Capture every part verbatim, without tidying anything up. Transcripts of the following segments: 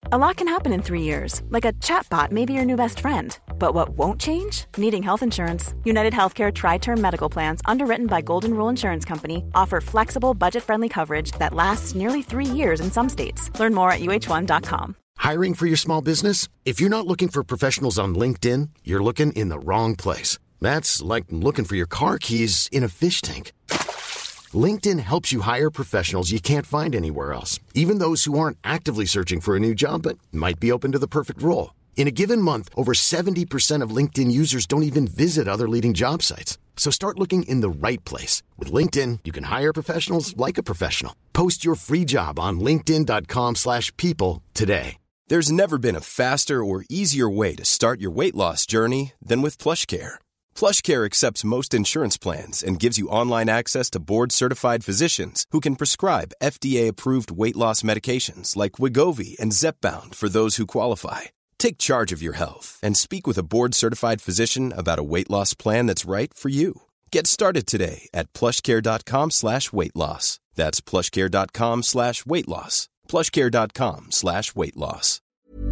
A lot can happen in three years, like a chatbot may be your new best friend. But what won't change? Needing health insurance. United Healthcare Tri-Term Medical Plans, underwritten by Golden Rule Insurance Company, offer flexible, budget-friendly coverage that lasts nearly three years in some states. Learn more at U H one dot com. Hiring for your small business? If you're not looking for professionals on LinkedIn, you're looking in the wrong place. That's like looking for your car keys in a fish tank. LinkedIn helps you hire professionals you can't find anywhere else, even those who aren't actively searching for a new job but might be open to the perfect role. In a given month, over seventy percent of LinkedIn users don't even visit other leading job sites. So start looking in the right place. With LinkedIn, you can hire professionals like a professional. Post your free job on linkedin dot com slash people today. There's never been a faster or easier way to start your weight loss journey than with PlushCare. PlushCare accepts most insurance plans and gives you online access to board-certified physicians who can prescribe F D A-approved weight loss medications like Wegovy and Zepbound for those who qualify. Take charge of your health and speak with a board-certified physician about a weight loss plan that's right for you. Get started today at plushcare.com slash weight loss. That's plushcare.com slash weight loss. plushcare.com slash weight loss.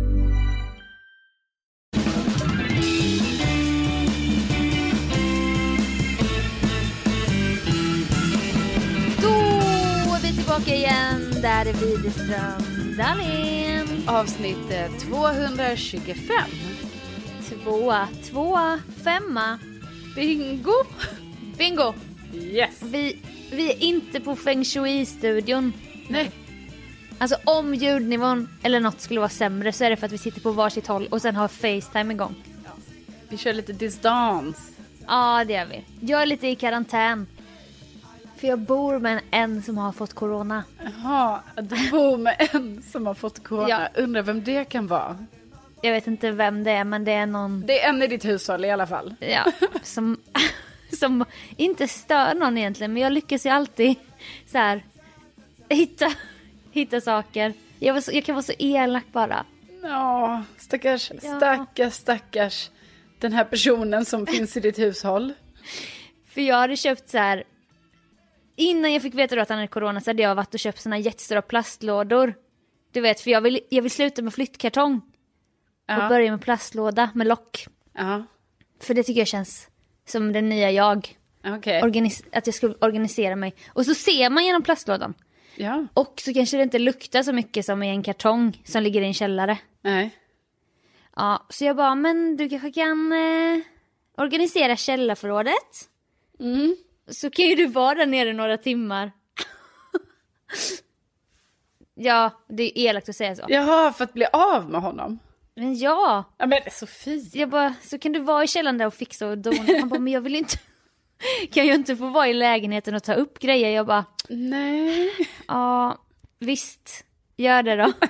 Tillbaka igen, där är Widerström Dahlén. Avsnitt tvåhundratjugofem. Tvåa, tvåa, femma. Bingo. Bingo. Yes. Vi, vi är inte på Feng Shui-studion. Nej. Alltså om ljudnivån eller något skulle vara sämre så är det för att vi sitter på varsitt håll och sen har FaceTime igång. Ja. Vi kör lite distans. Ja, det gör vi. Jag är lite i karantän. För jag bor med en som har fått corona. Jaha, du bor med en som har fått corona. Ja. Undrar vem det kan vara. Jag vet inte vem det är, men det är någon... Det är en i ditt hushåll i alla fall. Ja, som, som inte stör någon egentligen. Men jag lyckas ju alltid så här, hitta, hitta saker. Jag, var så, jag kan vara så elak bara. Ja, stackars, Ja. stackars, stackars. Den här personen som finns i ditt hushåll. För jag hade köpt så här... Innan jag fick veta då att han hade corona så hade jag varit och köpt såna jättestora plastlådor. Du vet, för jag vill, jag vill sluta med flyttkartong. Ja. Och börja med plastlåda med lock. Ja, För det tycker jag känns som den nya jag. okej. Organis- att jag skulle organisera mig. Och så ser man genom plastlådan. Ja, Och så kanske det inte luktar så mycket som i en kartong som ligger i en källare. nej. Ja, så jag bara, men du kanske kan eh, organisera källarförrådet. Mm. Så kan ju du vara där nere några timmar. Ja, det är elakt att säga så. Jaha, för att bli av med honom. Men ja, Ja, men Sofie. jag bara, så kan du vara i källaren där och fixa och dona. Han bara, men jag vill inte... Kan jag inte få vara i lägenheten och ta upp grejer? Jag bara, Nej. ja, visst. Gör det då.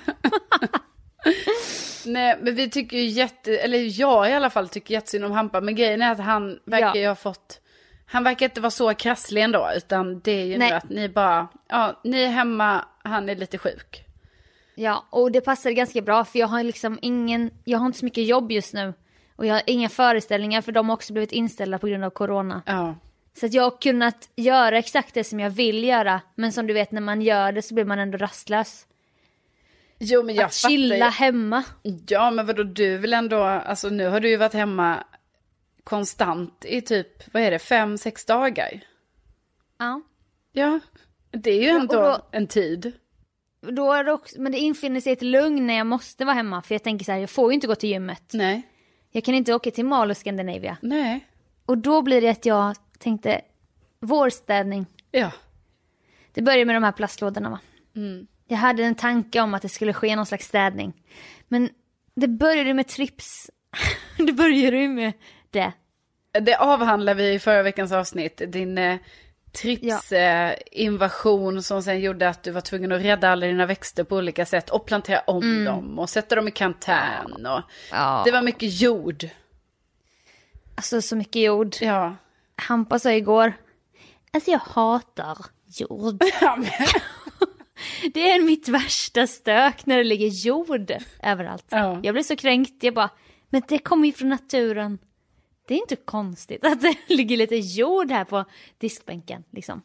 Nej, men vi tycker ju jätte... Eller jag i alla fall tycker jättesynd om Hampa. Men grejen är att han verkar ju Ja. ha fått... Han verkar inte vara så krasslig ändå. Utan det är ju Nej. nu att ni bara... Ja, ni är hemma, han är lite sjuk. Ja, och det passar ganska bra för jag har liksom ingen... Jag har inte så mycket jobb just nu. Och jag har inga föreställningar för de har också blivit inställda på grund av corona. Ja. Så att jag har kunnat göra exakt det som jag vill göra. Men som du vet, när man gör det så blir man ändå rastlös. Jo, men jag Att chilla fattar hemma. ju. Ja, men vadå, du vill ändå... Alltså nu har du ju varit hemma konstant i typ, vad är det, fem, sex dagar? Ja. Ja, det är ju Ja, och ändå då- en tid. Då är det också, men det infinner sig ett lugn när jag måste vara hemma. För jag tänker så här, jag får ju inte gå till gymmet. Nej. Jag kan inte åka till Mall och Scandinavia. Nej. Och då blir det att jag tänkte, vårstädning. Ja. Det började med de här plastlådorna, va? Mm. Jag hade en tanke om att det skulle ske någon slags städning. Men det började med trips. det började ju med det. Det avhandlar vi i förra veckans avsnitt. Din eh, trips-invasion eh, som sen gjorde att du var tvungen att rädda alla dina växter på olika sätt. Och plantera om Mm. dem och sätta dem i karantän. Och Ja. det var mycket jord. Alltså så mycket jord. Ja. Hampa sa igår, alltså jag hatar jord. Ja, men... Det är mitt värsta stök när det ligger jord överallt. Ja. Jag blir så kränkt. Jag bara, men det kommer ju från naturen. Det är inte konstigt att det ligger lite jord här på diskbänken liksom.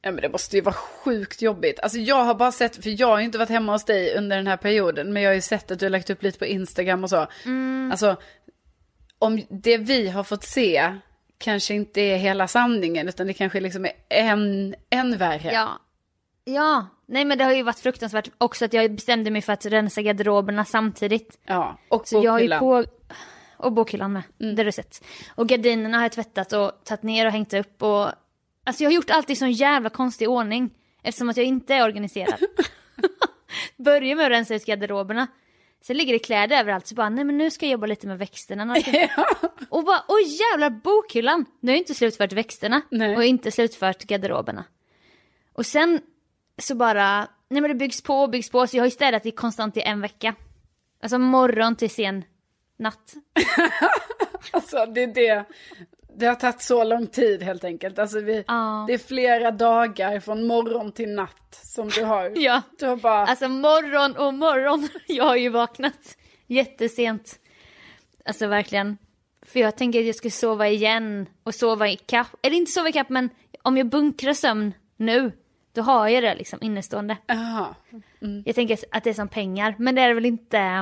Ja, men det måste ju vara sjukt jobbigt. Alltså jag har bara sett, för jag har ju inte varit hemma hos dig under den här perioden, men jag har ju sett att du har lagt upp lite på Instagram och så. Mm. Alltså, om det vi har fått se kanske inte är hela sanningen, utan det kanske liksom är än, än värre. Ja. Ja, nej men det har ju varit fruktansvärt också att jag bestämde mig för att rensa garderoberna samtidigt. Ja, och så jag har ju bokhyllan. på och bokhyllan med, Mm. det har du sett. Och gardinerna har jag tvättat och tagit ner och hängt upp och alltså jag har gjort allt i sån jävla konstig ordning eftersom att jag inte är organiserad. Börjar med att rensa ut garderoberna. Sen ligger det kläder överallt så bara, nej men nu ska jag jobba lite med växterna. Och bara, oj jävlar, bokhyllan. Nu har jag inte slutfört växterna Nej. och inte slutfört garderoberna. Och sen så bara, nej men det byggs på och byggs på. Så jag har ju städat i konstant i en vecka. Alltså morgon till sen natt. Alltså det är det. Det har tagit så lång tid helt enkelt. Alltså vi, Ja. det är flera dagar från morgon till natt som du har. Ja, Du har bara... alltså morgon och morgon. Jag har ju vaknat jättesent. Alltså verkligen. För jag tänker att jag ska sova igen och sova i kapp. Eller inte sova i kapp, men om jag bunkrar sömn nu, då har jag det liksom innestående. Aha. Mm. Jag tänker att det är som pengar, men det är det väl inte.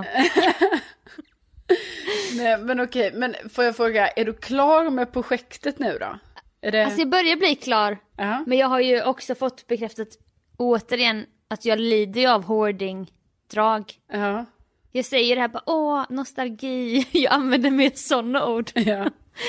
Nej, men okej, men får jag fråga, är du klar med projektet nu då? Är det... Alltså jag börjar bli klar. Ja. Men jag har ju också fått bekräftat återigen att jag lider ju av hoarding-drag. Ja. Jag säger det här bara, åh, nostalgi. Jag använder mer sådana ord. Ja.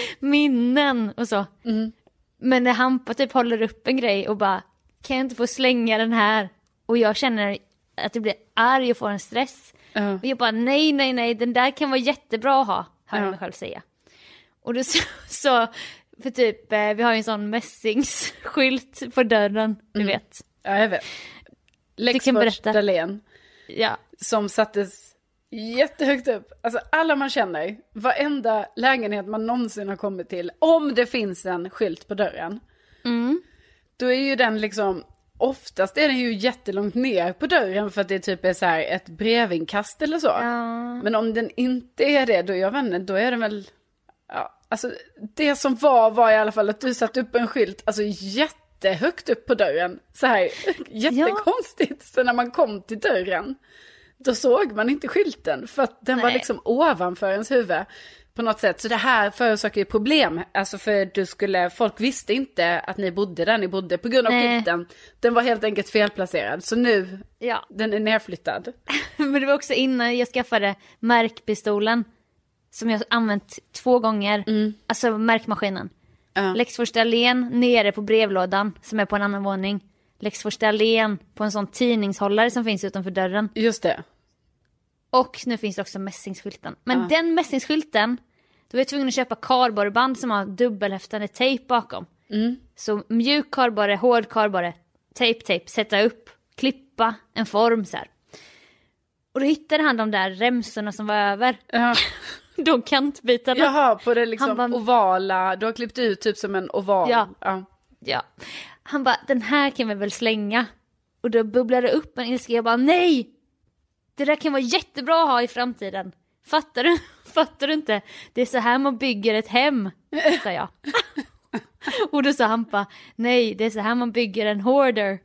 Minnen och så. Mm. Men när Hampa typ håller upp en grej och bara, kan jag inte få slänga den här? Och jag känner att jag blir arg och får en stress. Ja. Och jag bara, nej, nej, nej, den där kan vara jättebra att ha, hör jag Ja. mig själv säga. Och då så, så för typ, eh, vi har ju en sån mässingsskylt på dörren, du Mm. vet. Ja, jag vet. kan Lexfors berätta. Dahlén. Ja, Som sattes jättehögt upp. Alltså alla man känner, varenda lägenhet man någonsin har kommit till, om det finns en skylt på dörren, mm. då är ju den liksom, oftast är den ju jättelångt ner på dörren för att det typ är så här ett brevinkast eller så. Ja. Men om den inte är det, då, jag vet inte, då är det väl, ja, alltså det som var var i alla fall att du satt upp en skylt, alltså jättehögt upp på dörren, så här jättekonstigt. Så när man kom till dörren, då såg man inte skylten för att den Nej. var liksom ovanför ens huvud på något sätt. Så det här förorsakar ju problem, alltså för du skulle, folk visste inte att ni bodde där ni bodde på grund av Nej. skylten. Den var helt enkelt felplacerad, så nu, Ja. den är nerflyttad. Men det var också innan jag skaffade märkpistolen. Som jag har använt två gånger. Mm. Alltså märkmaskinen. Ja. Lexfors Dahlén nere på brevlådan som är på en annan våning. Lexfors Dahlén på en sån tidningshållare som finns utanför dörren. Just det. Och nu finns det också mässingsskylten. Men Ja. den mässingsskylten, då var jag tvungen att köpa kardborreband som har dubbelhäftande tejp bakom. Mm. Så mjuk kardborre, hård kardborre, tejp, tejp, sätta upp, klippa en form så här. Och då hittade han de där remsorna som var över. Ja. De kantbitarna. Jaha, på det liksom Han bara- ovala, du har klippt ut typ som en oval. Ja. Ja. Ja. Han bara, den här kan vi väl slänga. Och då bubblade det upp en ilska. Jag bara, nej! Det där kan vara jättebra att ha i framtiden. Fattar du? Fattar du inte? Det är så här man bygger ett hem, sa jag. Och då sa Hampa, nej, det är så här man bygger en hoarder.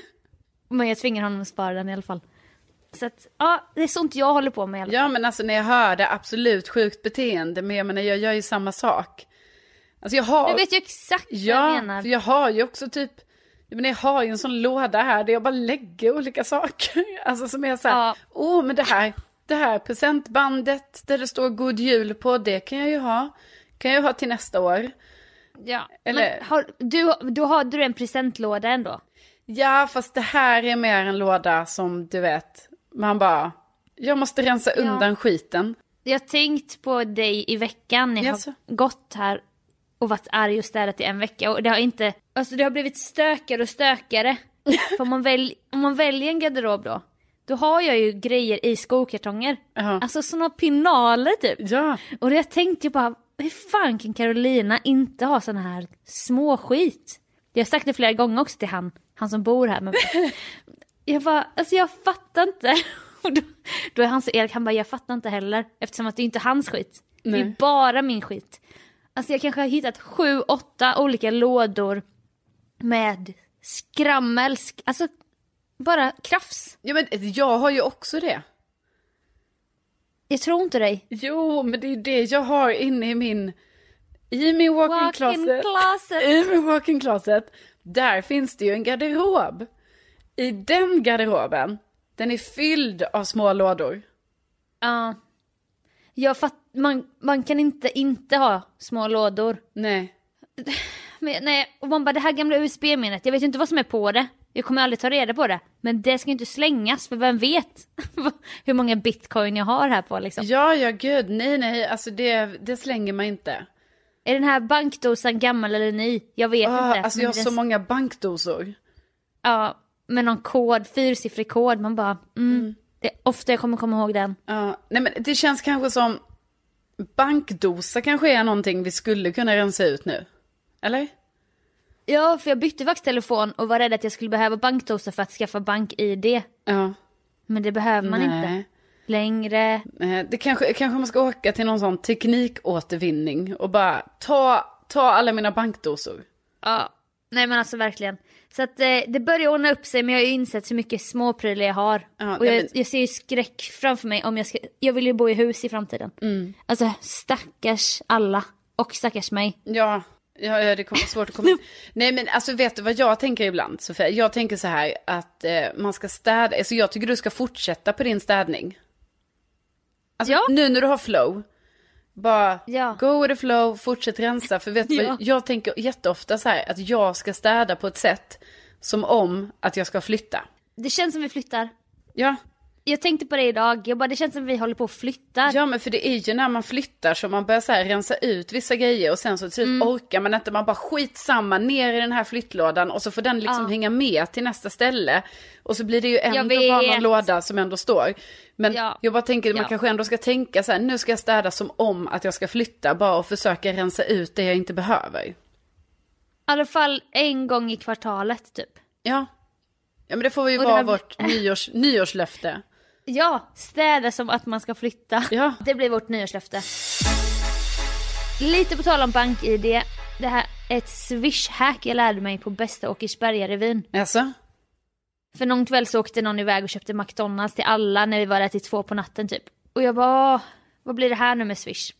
Men jag tvingar honom att spara den i alla fall. Så att, ja, det är sånt jag håller på med i alla fall. Ja, men alltså när jag hör det, absolut sjukt beteende, men jag menar, jag gör ju samma sak. Alltså jag har... Du vet ju exakt vad ja, jag menar. för jag har ju också typ, jag menar, jag har ju en sån låda här där jag bara lägger olika saker. Alltså som är så här, Ja. åh, oh, men det här, det här presentbandet där det står God Jul på, det kan jag ju ha. Kan jag ju ha till nästa år. Ja. Eller- Men har, du, då har du en presentlåda ändå? Ja, fast det här är mer en låda som, du vet, man bara, jag måste rensa Ja. undan skiten. Jag har tänkt på dig i veckan. Jag Jaså? har gått här och varit arg och städat i en vecka. Och det har inte, alltså det har blivit stökare och stökare. För om man, väl, om man väljer en garderob då, då har jag ju grejer i skokartonger. Ja. Alltså såna pinaler typ. Ja, Och det jag tänkte jag bara, hur fan kan Carolina inte ha såna här små skit? Jag har sagt det flera gånger också till han, han som bor här. Men jag bara, alltså jag fattar inte. Och då, då är han så elak, han bara, jag fattar inte heller. Eftersom att det inte är hans skit. Det är Nej. bara min skit. Alltså jag kanske har hittat sju, åtta olika lådor med skrammel, sk- alltså bara krafs. Ja, men jag har ju också det. Jag tror inte dig. Jo, men det är det jag har inne i min i min walk-in Walk-in closet. closet. I min walk-in closet. Där finns det ju en garderob. I den garderoben, den är fylld av små lådor. Ja. Jag fatt, man, man kan inte inte ha små lådor. Nej. Men, nej, och man bara, det här gamla U S B-minnet, jag vet ju inte vad som är på det. Jag kommer aldrig ta reda på det. Men det ska inte slängas, för vem vet hur många bitcoin jag har här på liksom. Ja, ja, gud. Nej, nej. Alltså det, det slänger man inte. Är den här bankdosan gammal eller ny? Jag vet Ah, inte. alltså Men jag har den- så många bankdosor. Ja, med någon kod, fyrsiffrig kod. Man bara, mm, mm. Det är ofta jag kommer komma ihåg den. Ja, nej men det känns kanske som bankdosa kanske är någonting vi skulle kunna rensa ut nu. Eller? Ja, för jag bytte faktiskt telefon och var rädd att jag skulle behöva bankdosa för att skaffa bank-I D. Ja. Men det behöver man Nej. inte. Längre. Eh, Det kanske, kanske man ska åka till någon sån teknikåtervinning och bara ta, ta alla mina bankdosor. Ja, nej men alltså verkligen. Så att eh, det börjar ordna upp sig, men jag har ju insett hur mycket småprylar jag har. Ja, och nej, jag, men- jag ser ju skräck framför mig om jag ska, jag vill ju bo i hus i framtiden. Mm. Alltså stackars alla och stackars mig. Ja, ja, ja, det kommer vara svårt att komma in. Nej, men alltså vet du vad jag tänker ibland, Sofia? Jag tänker så här att eh, man ska städa. Alltså jag tycker du ska fortsätta på din städning. Alltså Ja. nu när du har flow. Bara Ja. go with the flow, fortsätt rensa. För vet du Ja. vad, jag tänker jätteofta så här att jag ska städa på ett sätt som om att jag ska flytta. Det känns som vi flyttar. Ja, Jag tänkte på det idag, jag bara, det känns som vi håller på att flytta. ja, men för det är ju när man flyttar som man börjar så här rensa ut vissa grejer och sen så till slut Mm. orkar man inte, man bara skitsamma ner i den här flyttlådan och så får den liksom Ja. hänga med till nästa ställe och så blir det ju ändå vet. bara någon låda som ändå står. Men Ja. jag bara tänker att man Ja. kanske ändå ska tänka så här, nu ska jag städa som om att jag ska flytta bara och försöka rensa ut det jag inte behöver. I alla fall en gång i kvartalet typ. Ja, ja men det får ju Och det vara här- vårt nyårs, nyårslöfte. Ja, städa som att man ska flytta. Ja. Det blir vårt nyårslöfte. Lite på tal om bank-I D. Det här är ett Swish-hack jag lärde mig på bästa Åkersberga-revyn. Alltså? För någon kväll så åkte någon iväg och köpte McDonalds till alla när vi var där till två på natten typ. Och jag bara, "Åh, vad blir det här nu med Swish?"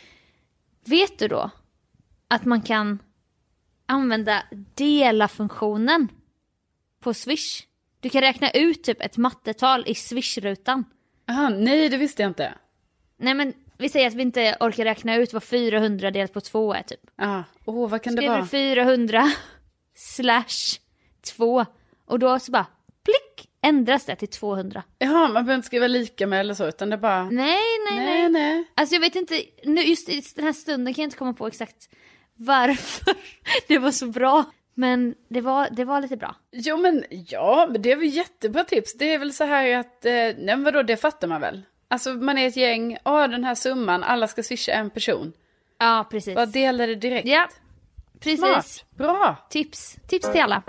Vet du då att man kan använda dela-funktionen på Swish? Du kan räkna ut typ ett mattetal i Swish-rutan. Aha, nej, det visste jag inte. Nej men vi säger att vi inte orkar räkna ut vad fyrahundra delat på två är typ. Ja, åh, vad kan det Skriver vara? fyrahundra slash två och då så bara plick ändras det till tvåhundra. Jaha, man behöver inte skriva lika med eller så, utan det bara... Nej, nej, nej. nej, nej. Alltså jag vet inte, nu just i den här stunden kan jag inte komma på exakt varför det var så bra. Men det var, det var lite bra. Jo, men ja, men det är väl jättebra tips. Det är väl så här att, eh, nej men vadå, det fattar man väl. Alltså man är ett gäng, ja den här summan, alla ska swisha en person. Ja, precis. Bara dela det direkt. Ja, precis. Smart, bra. Tips, tips till alla.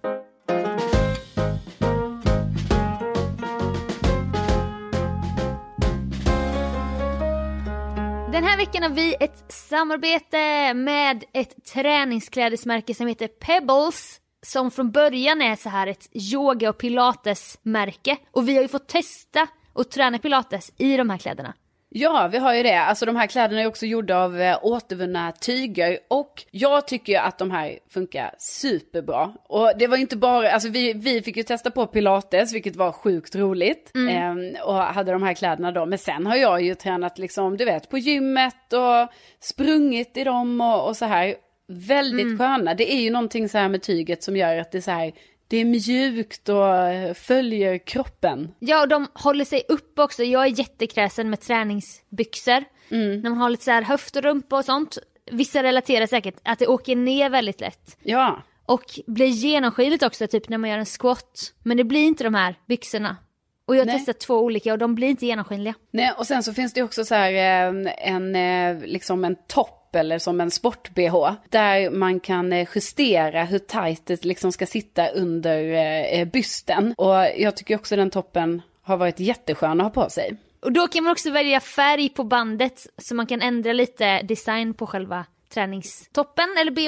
Den här veckan har vi ett samarbete med ett träningsklädesmärke som heter Pebbles. Som från början är så här ett yoga- och pilatesmärke. Och vi har ju fått testa och träna pilates i de här kläderna. Ja, vi har ju det. Alltså de här kläderna är också gjorda av eh, återvunna tyger. Och jag tycker ju att de här funkar superbra. Och det var ju inte bara, alltså vi, vi fick ju testa på pilates, vilket var sjukt roligt. Mm. Eh, och hade de här kläderna då. Men sen har jag ju tränat liksom, du vet, på gymmet och sprungit i dem och, och så här. Väldigt mm. sköna. Det är ju någonting så här med tyget som gör att det är så här... Det är mjukt och följer kroppen. Ja, och de håller sig upp också. Jag är jättekräsen med träningsbyxor. Mm. När man har lite så här höft och rumpa och sånt. Vissa relaterar säkert att det åker ner väldigt lätt. Ja. Och blir genomskinligt också, typ när man gör en squat. Men det blir inte de här byxorna. Och jag har Nej. testat två olika och de blir inte genomskinliga. Nej, och sen så finns det också så här en, en liksom en topp eller som en sport-B H. Där man kan justera hur tajt det liksom ska sitta under eh, bysten. Och jag tycker också den toppen har varit jätteskön att ha på sig. Och då kan man också välja färg på bandet. Så man kan ändra lite design på själva träningstoppen eller B H:n.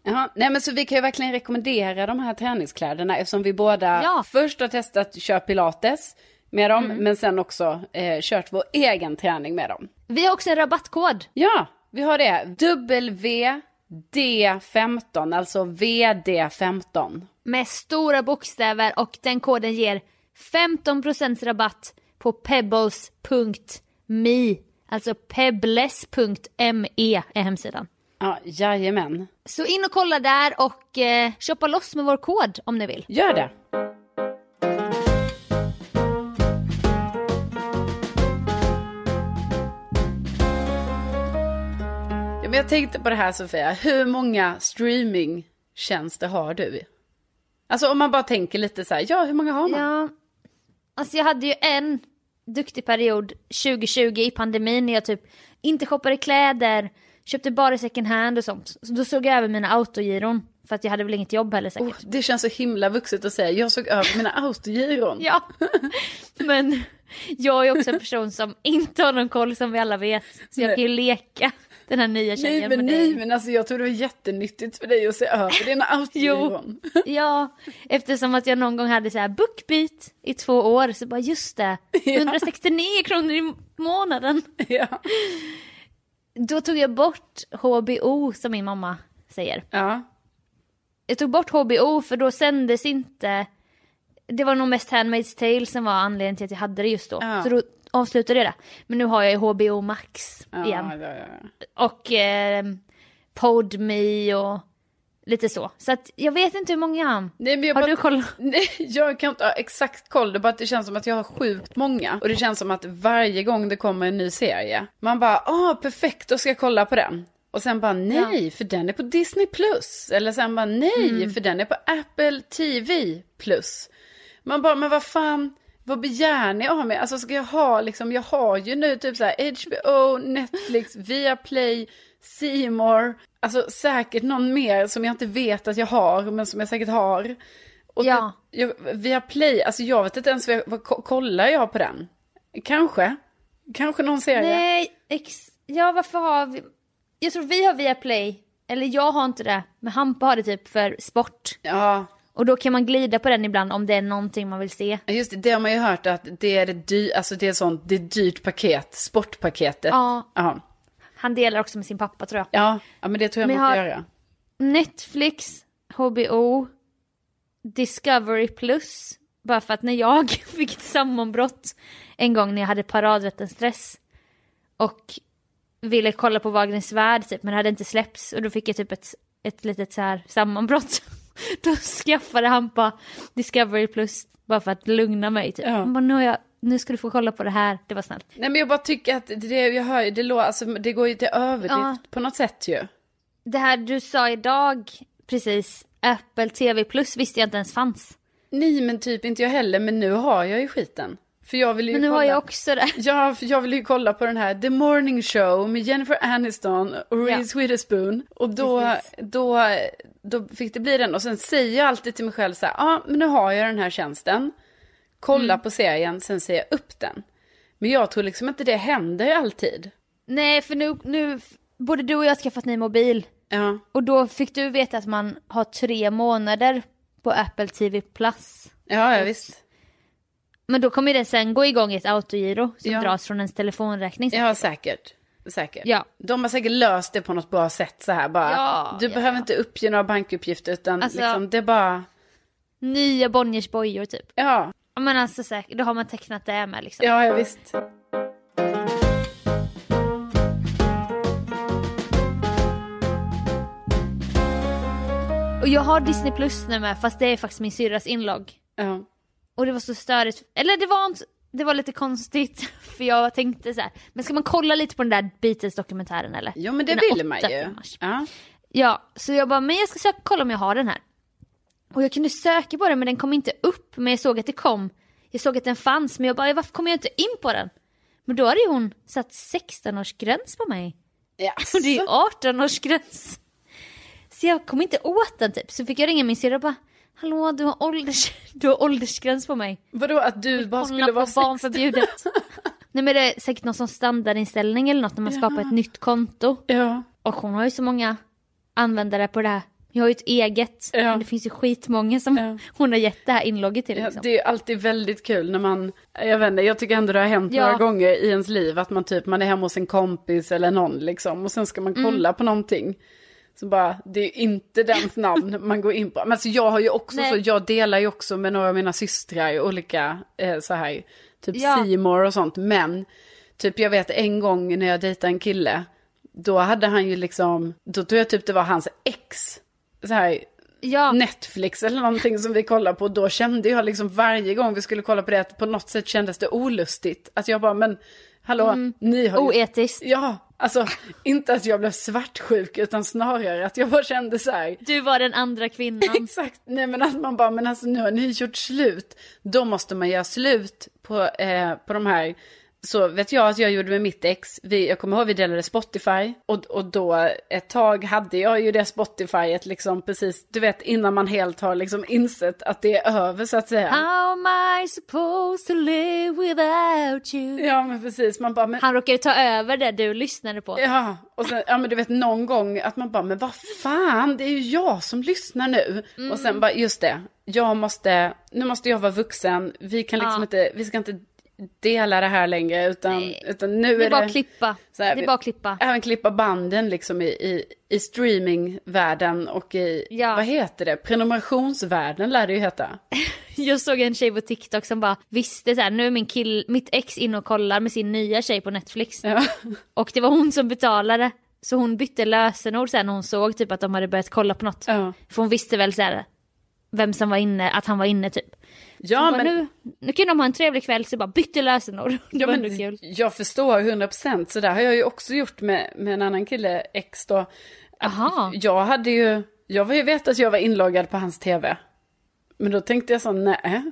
Ja, nej men så vi kan ju verkligen rekommendera de här träningskläderna eftersom vi båda Ja. först har testat kör pilates med dem, Mm. men sen också eh, kört vår egen träning med dem. Vi har också en rabattkod. Ja, vi har det. W D femton, alltså V D femton. Med stora bokstäver och den koden ger femton procent rabatt på pebbles punkt me. Alltså pebbles punkt me är hemsidan. Ja, jajamän. Så in och kolla där och eh, shoppa loss med vår kod om ni vill. Gör det. Ja, men jag tänkte på det här, Sofia. Hur många streamingtjänster har du? Alltså om man bara tänker lite så här, ja hur många har man? Ja, alltså jag hade ju en duktig period tjugo tjugo i pandemin när jag typ inte shoppade kläder, köpte bara second hand och sånt. Så då såg jag över mina autogiron för att jag hade väl inget jobb heller säkert. Oh, det känns så himla vuxet att säga, jag såg över mina autogiron. Ja, men jag är också en person som inte har någon koll som vi alla vet. Så jag Nej. kan ju leka den här nya tjejen Nej men med nej, dig. men alltså jag tror det var jättenyttigt för dig att se över dina autogiron. Ja, eftersom att jag någon gång hade så här bookbeat i två år så bara just det, etthundrasextionio kronor i månaden. Ja. Då tog jag bort H B O som min mamma säger. Ja. Jag tog bort H B O för då sändes inte, det var nog mest Handmaid's Tale som var anledningen till att jag hade det just då. Ja. Så då avslutade jag det. Men nu har jag ju H B O Max Ja, igen. ja, ja. Och eh, PodMe och lite så. Så att jag vet inte hur många. Nej, men jag Har bara, du koll? Nej, jag kan inte ha exakt koll. Det är bara att det känns som att jag har sjukt många. Och det känns som att varje gång det kommer en ny serie, man bara, ah perfekt, då ska jag kolla på den. Och sen bara, nej, för den är på Disney plus. Eller sen bara, nej, Mm. för den är på Apple T V plus. Man bara, men vad fan, vad begär ni av mig? Alltså ska jag ha, liksom, jag har ju nu typ så här H B O, Netflix, Viaplay, C More. Alltså säkert någon mer som jag inte vet att jag har, men som jag säkert har. Och Ja. det, jag, Viaplay, alltså jag vet inte ens vad, vad ko- kollar jag på den. Kanske. Kanske någon serie. Nej, ex- ja varför har vi... Jag tror vi har Viaplay, eller jag har inte det, men Hampa har det typ för sport. Ja, Och då kan man glida på den ibland om det är någonting man vill se. just det, det har man ju hört att det är det dy- alltså det är sånt, det är dyrt paket, sportpaketet. Ja. Ja. Han delar också med sin pappa tror jag. Ja, ja men det tror jag Men man får har- göra. Netflix, H B O, Discovery Plus. Bara för att när jag fick ett sammanbrott en gång när jag hade paradrätten stress och ville kolla på Wagners värld typ, men det hade inte släppts och då fick jag typ ett, ett litet så här sammanbrott. Då skaffade han på Discovery Plus bara för att lugna mig typ. Ja. Han bara, nu, har jag, nu ska du få kolla på det här, det var snällt. Nej men jag bara tycker att det, jag hör ju, det, lå- alltså, det går ju till överdrift Ja. på något sätt ju. Det här du sa idag, precis, Apple T V Plus visste jag inte ens fanns. Nej men typ inte jag heller, men nu har jag ju skiten. För jag vill ju Men nu kolla. har jag också det. Ja, för jag vill ju kolla på den här The Morning Show med Jennifer Aniston och Reese Witherspoon. Och då, då, då fick det bli den. Och sen säger jag alltid till mig själv så här, ja ah, men nu har jag den här tjänsten. Kolla Mm. på serien, sen säger jag upp den. Men jag tror liksom inte det händer alltid. Nej, för nu, nu både du och jag har skaffat ny mobil. Ja, Och då fick du veta att man har tre månader på Apple T V Plus. ja, ja visst. Men då kommer det sen gå igång ett autogiro som Ja. dras från ens telefonräkning. Ja, säkert. Säkert. Ja. De har säkert löst det på något bra sätt så här bara. Ja, du ja, behöver ja. inte uppge några bankuppgifter utan Alltså- liksom, det är bara, Nya Bonniers bojor typ. ja, Ja, men alltså säkert, då har man tecknat det med liksom. ja, ja visst. Och jag har Disney Plus nu med, fast det är faktiskt min syrras inlogg. Ja. Och det var så störigt. Eller det var inte, det var lite konstigt. För jag tänkte så här, men ska man kolla lite på den där Beatles-dokumentären eller? Jo men det Den här vill man åtta ju. timmars. Ja. Ja, så jag bara, men jag ska söka kolla om jag har den här. Och jag kunde söka på den men den kom inte upp. Men jag såg att det kom. Jag såg att den fanns men jag bara, varför kommer jag inte in på den? Men då hade ju hon satt sexton-årsgräns på mig. Yes. Och det är ju arton-årsgräns. Så jag kom inte åt den typ. Så fick jag ringa min syrra och bara, hallå du har, ålders, du har åldersgräns på mig. Vadå att du bara skulle Kolla vara på barn sexton? förbjudet. Nej men det är säkert någon sån standardinställning eller något när man skapar ett nytt konto. Ja. Och hon har ju så många användare på det här Jag har ju ett eget. Ja. Men det finns ju skitmånga som Ja. hon har gett det här inlogget till. Ja, Liksom. det är alltid väldigt kul när man, jag vet inte, jag tycker ändå det har hänt Ja. några gånger i ens liv att man typ, man är hemma hos en kompis eller någon liksom och sen ska man kolla Mm. på någonting. Så bara, det är inte dens namn man går in på. Men alltså jag har ju också Nej. så, jag delar ju också med några av mina systrar olika eh, så här, typ Ja. C More och sånt. Men typ jag vet en gång när jag dejtade en kille, då hade han ju liksom, då tror jag typ det var hans ex, så här, Ja. Netflix eller någonting som vi kollar på. Då kände jag liksom varje gång vi skulle kolla på det att på något sätt kändes det olustigt. Att jag bara, men hallå, Mm. ni har ju... Oetiskt. Ja, alltså inte att jag blev svartsjuk utan snarare att jag bara kände så här. Du var den andra kvinnan. Exakt, nej men att man bara, men alltså nu har ni gjort slut. Då måste man göra slut på, eh, på de här. Så vet jag att jag gjorde med mitt ex, vi, jag kommer ihåg vi delade Spotify och, och då ett tag hade jag ju det Spotifyet liksom precis, du vet innan man helt har liksom insett att det är över så att säga. How am I supposed to live without you? Ja men precis, man bara, men, Han råkade ta över det du lyssnade på. ja, och sen, ja men du vet någon gång att man bara, men vad fan, det är ju jag som lyssnar nu. Mm. Och sen bara, just det, jag måste, nu måste jag vara vuxen, vi kan liksom Ja. inte, vi ska inte dela det här längre utan, Nej. utan nu Det är är bara det att klippa. så här, Det är vi- bara att klippa. även klippa banden liksom i, i, i streamingvärlden och i, Ja. vad heter det, prenumerationsvärlden lär det ju heta. Jag såg en tjej på TikTok som bara visste så här, nu är min kill, mitt ex in och kollar med sin nya tjej på Netflix. Ja. Och det var hon som betalade. Så hon bytte lösenord sen när hon såg typ att de hade börjat kolla på något. Ja. För hon visste väl så här, vem som var inne, att han var inne typ. Ja, Hon bara, men, nu, nu kan de ha en trevlig kväll så bara bytte lösenord. Det ja, var men ändå kul. jag förstår hundra procent, så där har jag ju också gjort med, med en annan kille, ex då. Att Aha. Jag hade ju, jag var ju vet att jag var inloggad på hans tv. Men då tänkte jag så, nej.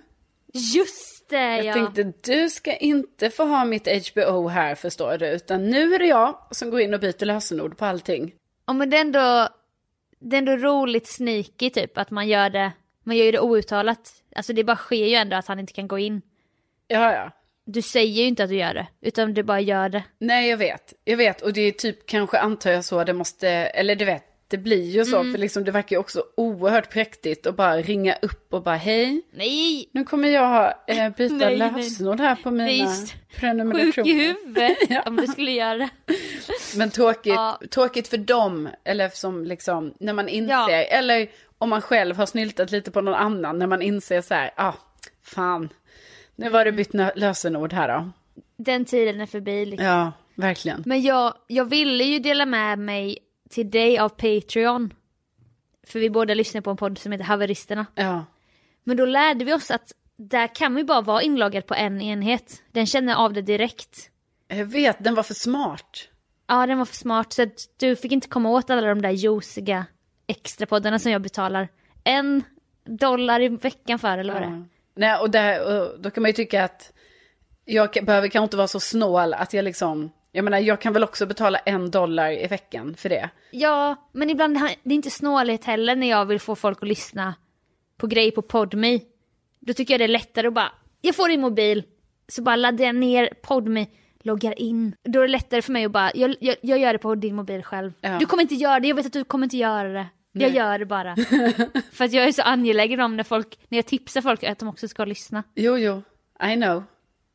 Just det, Jag ja. tänkte, du ska inte få ha mitt H B O här, förstår du. Utan nu är det jag som går in och byter lösenord på allting. Ja, men det är ändå, det är ändå roligt sneaky typ att man gör det, man gör ju det outtalat. Alltså det bara sker ju ändå att han inte kan gå in. Ja, ja. Du säger ju inte att du gör det, utan du bara gör det. Nej, jag vet. Jag vet. Och det är typ kanske antar jag så det måste, eller du vet, det blir ju så. Mm. För liksom det verkar ju också oerhört präktigt att bara ringa upp och bara, hej, Nej, nu kommer jag eh, byta Nej, nej. lösenord här på mina Visst. sjuk prenumerationer. i huvudet Ja. om du skulle göra det. Men tråkigt, Ja. tråkigt för dem, eller som liksom, när man inser, Ja. eller om man själv har snyltat lite på någon annan, när man inser så här, ah, fan, nu var det bytt nö- lösenord här då. Den tiden är förbi liksom. Ja, verkligen. Men jag, jag ville ju dela med mig till dig av Patreon. För vi båda lyssnar på en podd som heter Haveristerna. Ja, Men då lärde vi oss att där kan vi bara vara inloggad på en enhet. Den känner av det direkt. jag vet, den var för smart. Ja, den var för smart. Så att du fick inte komma åt alla de där juiciga extra poddarna som jag betalar en dollar i veckan för, eller vad det är. Ja. Nej, och, där, och då kan man ju tycka att jag k- behöver kanske inte vara så snål att jag liksom, jag menar, jag kan väl också betala en dollar i veckan för det. Ja, men ibland har- det är inte snålhet heller när jag vill få folk att lyssna på grejer på Podme. Då tycker jag det är lättare att bara, jag får din mobil, så bara laddar jag ner Podme, loggar in. Då är det lättare för mig att bara, jag, jag, jag gör det på din mobil själv. Ja. Du kommer inte göra det, jag vet att du kommer inte göra det. Jag gör det bara. För att jag är så angelägen om när folk, när jag tipsar folk att de också ska lyssna. Jo, jo, I know.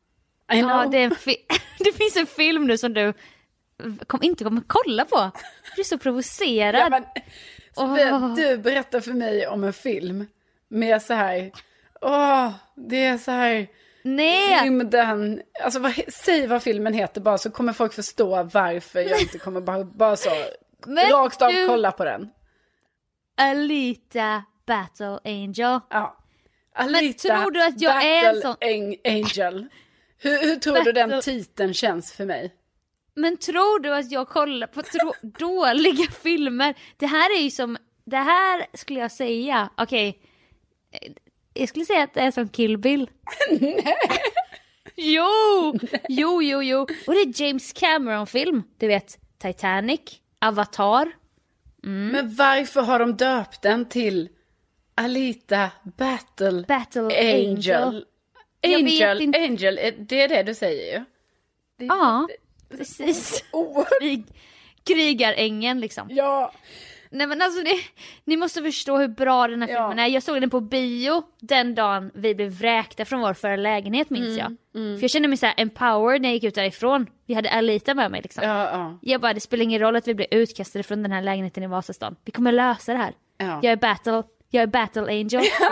I know. Ja, det, är en fi- det finns en film nu som du kom, inte kommer kolla på. Du är så provocerad. Ja, men, Sofia, Åh. du berättar för mig om en film med så här, åh, det är så här, Nej, rymden, alltså vad, säg vad filmen heter bara så kommer folk förstå varför jag inte kommer bara, bara så, Men rakt av du- kolla på den. Alita Battle Angel. Ja. Alita, tror du att jag är en Battle sån- Ang- Angel. Hur, hur tror du den Battle- titeln känns för mig? Men tror du att jag kollar på tro- dåliga filmer? Det här är ju som, det här skulle jag säga, okej. eh, Jag skulle säga att det är som Kill Bill. Nej. Jo, jo, jo, jo. Och det är James Cameron-film. Du vet, Titanic, Avatar. Men varför har de döpt den till Alita Battle, Battle Angel? Angel. Jag vet Angel, inte. Angel, är- det är det du säger ju. Det är Ja, precis. oerhört. Krig, krigarängen liksom. Ja, Nej men alltså ni, ni måste förstå hur bra den här Ja. filmen är. Jag såg den på bio den dagen vi blev vräkta från vår förra lägenhet, minns Mm, jag. För jag kände mig så här empowered när jag gick ut därifrån. Vi hade Alita med mig liksom. Ja, ja. Jag bara, det spelar ingen roll att vi blir utkastade från den här lägenheten i Vasastan. Vi kommer lösa det här. Ja. Jag är battle, jag är battle angel. Liksom.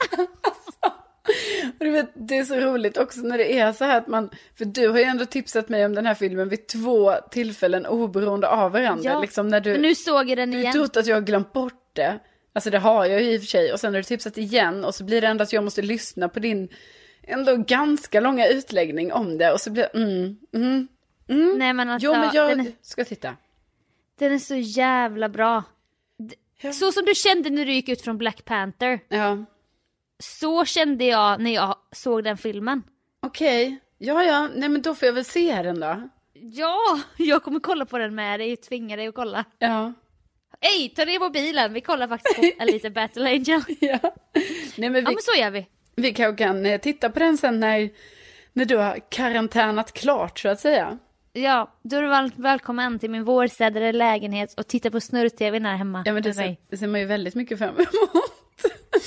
Och du vet, det är så roligt också när det är så här att man, för du har ju ändå tipsat mig om den här filmen vid två tillfällen oberoende av varandra. Ja, Liksom när du, men nu såg jag den du igen. trott att jag har glömt bort det. Alltså det har jag ju i och för sig. Och sen har du tipsat igen och så blir det ändå att jag måste lyssna på din ändå ganska långa utläggning om det. Och så blir det, mm, mm, mm. Nej men alltså, Jo men jag den, är, ska titta. den är så jävla bra. D- Ja. Så som du kände när du gick ut från Black Panther. Ja, Så kände jag när jag såg den filmen. okej. Ja, ja. Nej men då får jag väl se den då. Ja, jag kommer kolla på den med dig och tvinga dig att kolla. Ja. Hej, ta ner mobilen, vi kollar faktiskt på en liten Battle Angel. Ja. Nej men vi, Ja men så gör vi. vi kanske kan eh, titta på den sen när, när du har karantänat klart så att säga. Ja, då är du väl välkommen till min vårstädade lägenhet och titta på snurr-tv här hemma. Ja men det med ser, mig. det ser man ju väldigt mycket fram emot.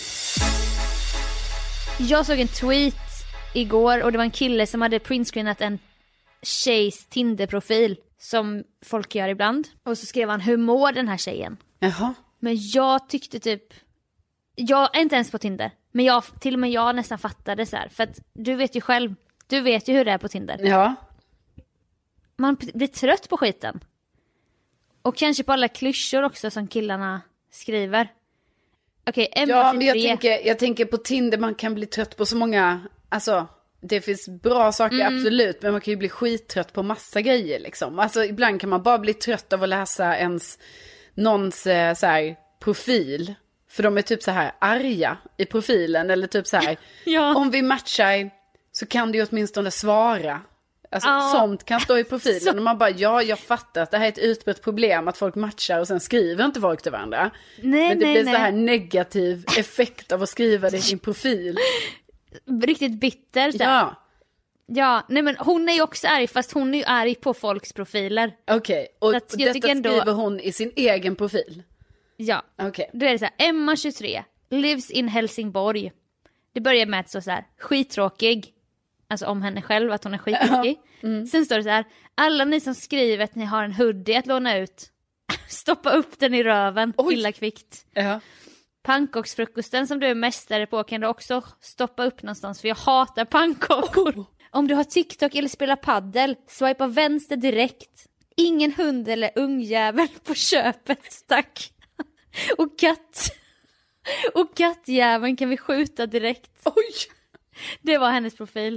Jag såg en tweet igår och det var en kille som hade printscreenat en tjejs Tinder-profil som folk gör ibland. Och så skrev han, hur mår den här tjejen? Jaha. Men jag tyckte typ, jag är inte ens på Tinder, men jag, till och med jag nästan fattade så här. För att du vet ju själv, du vet ju hur det är på Tinder. Ja. Man p- blir trött på skiten. Och kanske på alla klyschor också som killarna skriver. Okej, Emma Ja, men jag tjugotre. tänker, jag tänker på Tinder, man kan bli trött på så många, alltså det finns bra saker Mm. absolut, men man kan ju bli skittrött på massa grejer liksom. Alltså ibland kan man bara bli trött av att läsa ens, någons eh, så här, profil. För de är typ så här arga i profilen, eller typ så här, Ja. om vi matchar så kan du ju åtminstone svara. Alltså Ja. sånt kan stå i profilen. Så- Och man bara, ja jag fattar att det här är ett utbrett problem att folk matchar och sen skriver inte folk till varandra. Nej, Men det nej, blir nej. så här negativ effekt av att skriva det i sin profil. Riktigt bitter så här. Ja, Ja, nej men hon är ju också arg, fast hon är ju arg på folks profiler. okej. Och, Så att och jag detta tycker ändå- skriver hon i sin egen profil. Ja, Okej. då är det så här, Emma tjugotre, lives in Helsingborg. Det börjar med att stå så här, skittråkig. Alltså om henne själv, att hon är skittråkig. Sen står det så här, alla ni som skriver att ni har en hoodie att låna ut, stoppa upp den i röven, Oj. illa kvickt. Ja. Pannkaksfrukosten som du är mästare på kan du också stoppa upp någonstans, för jag hatar pannkakor. Oh. Om du har TikTok eller spelar paddel, swipa vänster direkt. Ingen hund eller ungjävel på köpet, tack. Och katt. Och kattjäveln kan vi skjuta direkt. Oj! Det var hennes profil.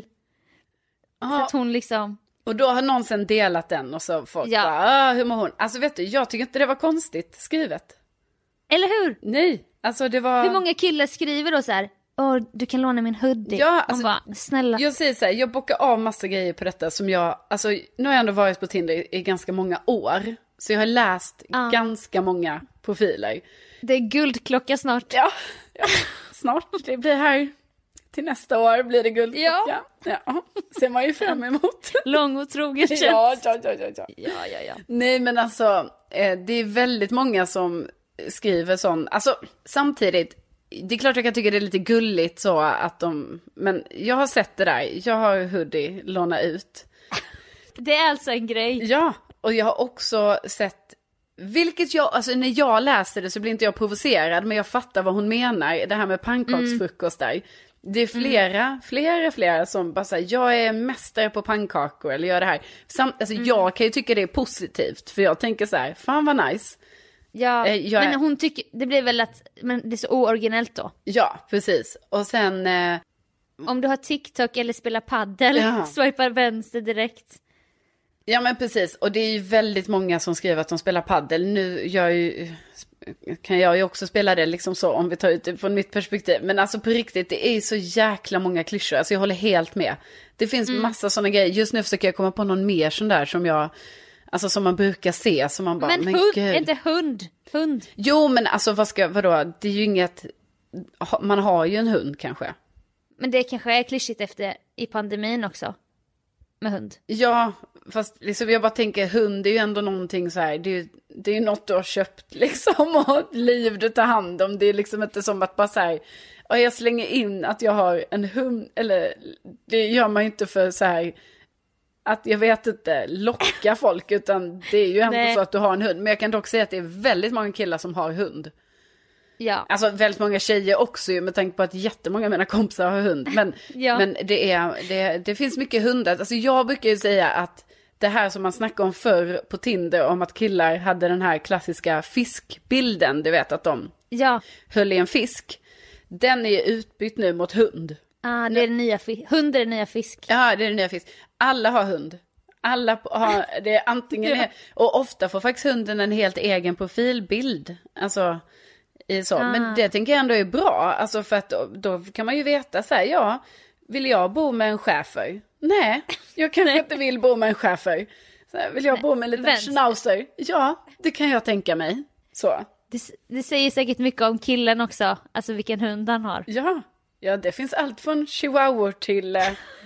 Så Ja. att hon liksom... Och då har någon sen delat den och så folk Ja. bara, ah, hur mår hon? Alltså vet du, jag tycker inte det var konstigt skrivet. Eller hur? Nej, alltså det var... Hur många killar skriver då så här, åh, du kan låna min hoodie. Ja, Man alltså, bara, snälla. Jag säger så här, jag bockar av massa grejer på detta som jag, alltså nu har jag ändå varit på Tinder i, i ganska många år. Så jag har läst Ja. ganska många profiler. Det är guldklocka snart. Ja, ja, snart, det blir här till nästa år blir det guldklocka. Ja. Ja, ser man ju fram emot. Lång och trogen tjänst. Ja, ja, ja, ja, ja. ja, ja, ja. Nej men alltså, eh, det är väldigt många som skriver sån, alltså samtidigt, det är klart jag kan tycka det är lite gulligt så att de, men jag har sett det där, jag har hoodie låna ut. Det är alltså en grej. Ja, och jag har också sett, vilket jag, alltså när jag läser det så blir inte jag provocerad, men jag fattar vad hon menar, det här med pannkaksfrukostar. Det är flera, mm. flera, flera som bara säger, jag är mästare på pannkakor eller gör det här. Sam, alltså Mm. jag kan ju tycka det är positivt, för jag tänker så här, fan vad nice. Ja, Eh, jag är- men hon tycker, det blir väl att, men det är så ooriginellt då. Ja, precis. Och sen, eh, Om du har TikTok eller spelar paddel, Ja. swipar vänster direkt. ja men precis. Och det är ju väldigt många som skriver att de spelar paddel. Nu gör ju, kan jag ju också spela det liksom så, om vi tar ut det från mitt perspektiv. Men alltså på riktigt, det är så jäkla många klyschor. Alltså jag håller helt med. Det finns Mm. massa sådana grejer. Just nu försöker jag komma på någon mer sån där som jag, alltså som man brukar se. Som man bara, Men, men, hund, gud. inte hund. Hund. Jo men alltså vad ska, vadå? Det är ju inget, ha- man har ju en hund kanske. Men det kanske är klyschigt efter i pandemin också. Med hund. Ja, fast liksom jag bara tänker, hund är ju ändå någonting så här, det är ju, det är något du har köpt liksom och ett liv du tar hand om. Det är liksom inte som att bara så här, och jag slänger in att jag har en hund, eller det gör man inte för så här att jag vet inte locka folk, utan det är ju ändå så att du har en hund. Men jag kan dock säga att det är väldigt många killar som har hund. Ja. Alltså väldigt många tjejer också ju, med tanke på att jättemånga av mina kompisar har hund. Men, ja. men det, är, det, det finns mycket hundar. Alltså jag brukar ju säga att det här som man snackade om förr på Tinder, om att killar hade den här klassiska fiskbilden, du vet att de ja. höll i en fisk. Den är utbytt nu mot hund. Ah, det är den nya fisk. Hund är den nya fisk. Ja, det är den nya fisk. Alla har hund. Alla har, det är antingen, ja. och ofta får faktiskt hunden en helt egen profilbild. Alltså, i så. Ah. Men det tänker jag ändå är bra. Alltså för att då, då kan man ju veta så här, ja, vill jag bo med en schäfer? Nej, jag kanske inte vill bo med en schäfer. Så här, vill jag Nej. bo med en liten Vänt. schnauzer? Ja, det kan jag tänka mig. Så. Det, det säger säkert mycket om killen också. Alltså vilken hund han har. Ja, ja det finns allt från chihuahua till...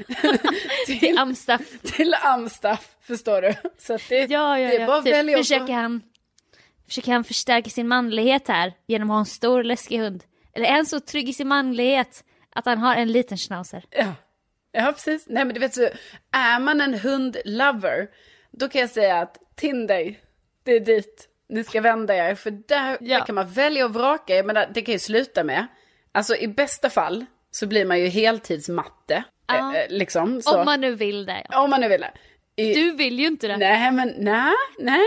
till, till amstaff. Till amstaff, förstår du. Så att det, ja, ja, det är ja. bara typ, välja försöker, han, försöker han förstärka sin manlighet här genom att ha en stor läskig hund? Eller är han så trygg i sin manlighet att han har en liten schnauzer? Ja, ja precis. Nej men du vet så, är man en hundlover, då kan jag säga att Tinder, det är dit ni ska vända er. För där, ja. där kan man välja och vraka. Jag menar, det kan ju sluta med, alltså i bästa fall så blir man ju heltidsmatte. Ja. Eh, liksom, så. Om man nu vill det. Ja. Om man nu vill det. I, du vill ju inte det. Nej, men nej, nej.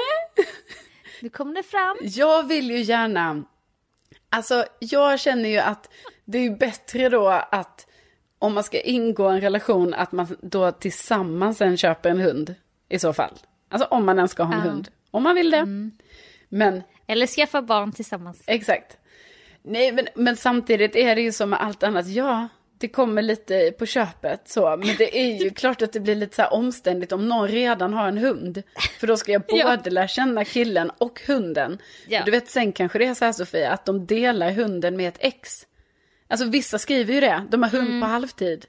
Nu kom det fram. Jag vill ju gärna, alltså jag känner ju att det är bättre då att om man ska ingå en relation, att man då tillsammans sen köper en hund i så fall. Alltså om man ens ska ha en ja. hund. Om man vill det. Mm. Men, eller skaffa barn tillsammans. Exakt. Nej, men, men samtidigt är det ju som med allt annat. Ja, det kommer lite på köpet så. Men det är ju klart att det blir lite så här omständigt om någon redan har en hund. För då ska jag både ja. lära känna killen och hunden. Ja. Och du vet, sen kanske det är så här, Sofia, att de delar hunden med ett ex. Alltså vissa skriver ju det. De har hund mm. på halvtid.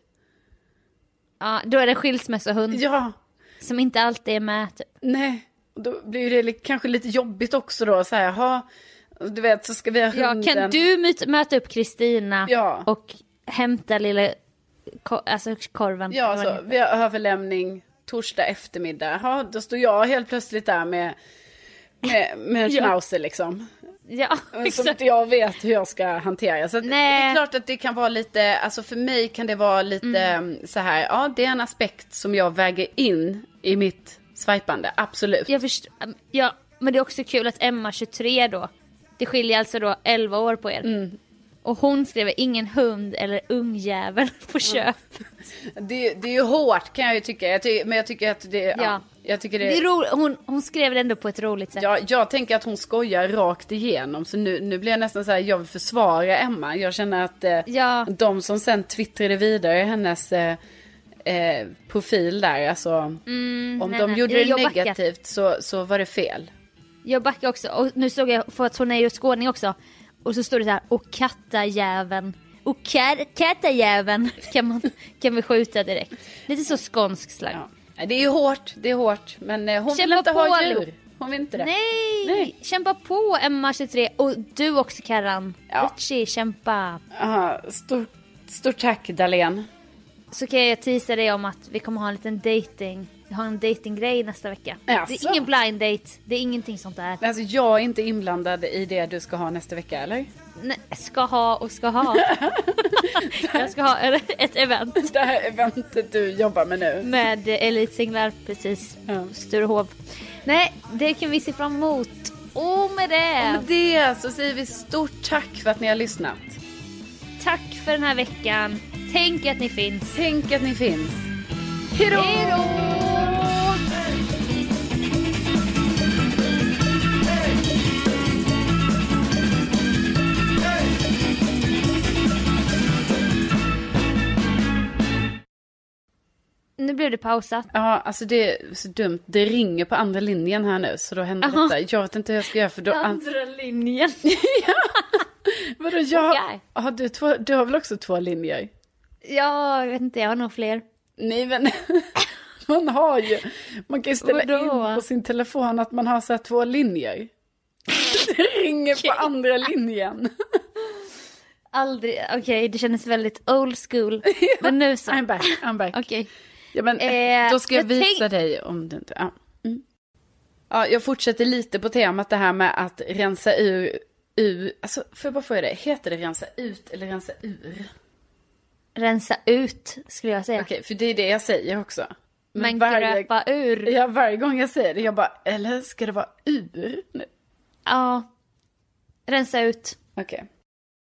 Ja, då är det skilsmässohund. Ja. Som inte alltid är med typ. Nej. Och då blir det kanske lite jobbigt också då. Så här, ha, du vet, så ska vi ha hunden. Ja, kan du möta upp Kristina ja. och hämta lilla alltså korven? Ja, så vi har överlämning torsdag eftermiddag. Ja, då står jag helt plötsligt där med, med, med en schnauzer liksom. Ja, exakt. Som inte jag vet hur jag ska hantera. Så det är klart att det kan vara lite, alltså för mig kan det vara lite mm. så här, ja det är en aspekt som jag väger in i mitt swipande, absolut. Jag förstår, ja, men det är också kul att Emma tjugotre då, det skiljer alltså då elva år på er. Mm. Och hon skrev ingen hund eller ungjävel på köp. Mm. Det, det är ju hårt kan jag ju tycka, jag ty- men jag tycker att det, ja. Ja, jag tycker det... det är ro- hon, hon skrev det ändå på ett roligt sätt. Ja, jag tänker att hon skojar rakt igenom, så nu, nu blir jag nästan så här, jag vill försvara Emma. Jag känner att eh, ja. de som sen twittrade vidare hennes... Eh, Eh, profil där, alltså mm, om nej, de nej. gjorde det negativt så, så var det fel. Jag backar också, och nu såg jag, för att hon är ju skåning också, och så står det så här, och kattajäveln och kat- kattajäveln kan man kan vi skjuta direkt. Lite så skånsk slang. Ja. Det är ju hårt, det är hårt, men eh, hon kämpa vill inte på, ha djur. Hon vill inte det. Nej, Nej. Kämpa på Emma tjugotre, och du också Karan. Ja. Richie, kämpa. Aha, stort, stort tack Dahlén. Så kan jag teasa dig om att vi kommer ha en liten dating. Vi har en datinggrej nästa vecka. Jaså. Det är ingen blind date. Det är ingenting sånt där. Alltså jag är inte inblandad i det du ska ha nästa vecka, eller? Nej, ska ha och ska ha. Jag ska ha ett event. Det här eventet du jobbar med nu. Med elitsinglar, precis. Ja. Sturehov. Nej, det kan vi se fram emot. Och med det. Och med det så säger vi stort tack för att ni har lyssnat. Tack för den här veckan. Tänk att ni finns. Tänk att ni finns. Hejdå! Hejdå! Nu blev det pausat. Ja, alltså det är så dumt. Det ringer på andra linjen här nu. Så då händer Aha. detta. Jag vet inte hur jag ska göra för då... Andra linjen? Ja. Vadå, jag... Okay. Har du, två... du har väl också två linjer? Ja, jag vet inte, jag har nog fler. Nej, men man har ju... Man kan ju ställa Vadå? in på sin telefon att man har så här två linjer. Det ringer okay. på andra linjen. Aldrig, okej, okay, det kändes väldigt old school. Ja, men nu så. I'm back, I'm back. Okej. Okay. Ja, men eh, då ska jag, jag visa tänk... dig om du inte... Ja. Mm. Ja, jag fortsätter lite på temat det här med att rensa ur... ur alltså, får jag bara få det? Heter det rensa ut eller rensa ur? Rensa ut, skulle jag säga. Okej, okay, för det är det jag säger också. Men, men varje... gröpa ur. Ja, varje gång jag säger det, jag bara, eller ska det vara ur nu? Ja, rensa ut. Okej. Okay.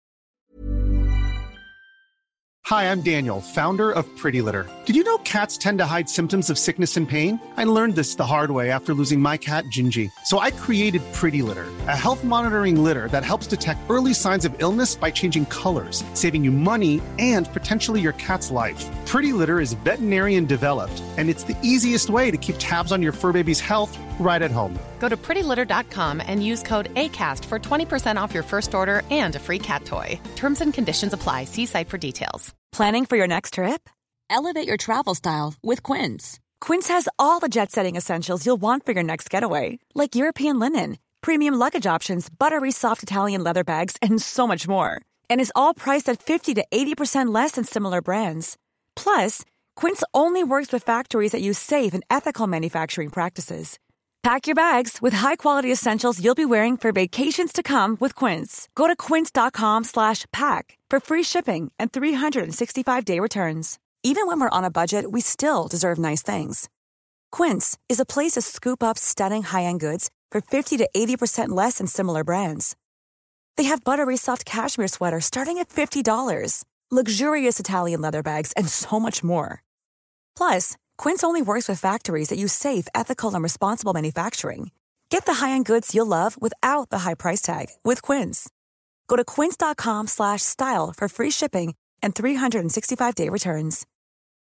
Hi, I'm Daniel, founder of Pretty Litter. Did you know cats tend to hide symptoms of sickness and pain? I learned this the hard way after losing my cat, Gingy. So I created Pretty Litter, a health monitoring litter that helps detect early signs of illness by changing colors, saving you money and potentially your cat's life. Pretty Litter is veterinarian developed, and it's the easiest way to keep tabs on your fur baby's health right at home. Go to pretty litter dot com and use code ACAST for twenty percent off your first order and a free cat toy. Terms and conditions apply. See site for details. Planning for your next trip? Elevate your travel style with Quince. Quince has all the jet-setting essentials you'll want for your next getaway, like European linen, premium luggage options, buttery soft Italian leather bags, and so much more. And is all priced at fifty to eighty percent less than similar brands. Plus, Quince only works with factories that use safe and ethical manufacturing practices. Pack your bags with high-quality essentials you'll be wearing for vacations to come with Quince. Go to quince dot com slash pack for free shipping and three sixty-five day returns. Even when we're on a budget, we still deserve nice things. Quince is a place to scoop up stunning high-end goods for fifty to eighty percent less than similar brands. They have buttery soft cashmere sweaters starting at fifty dollars, luxurious Italian leather bags, and so much more. Plus, Quince only works with factories that use safe, ethical, and responsible manufacturing. Get the high-end goods you'll love without the high price tag with Quince. Go to quince dot com slash style for free shipping and three sixty-five day returns.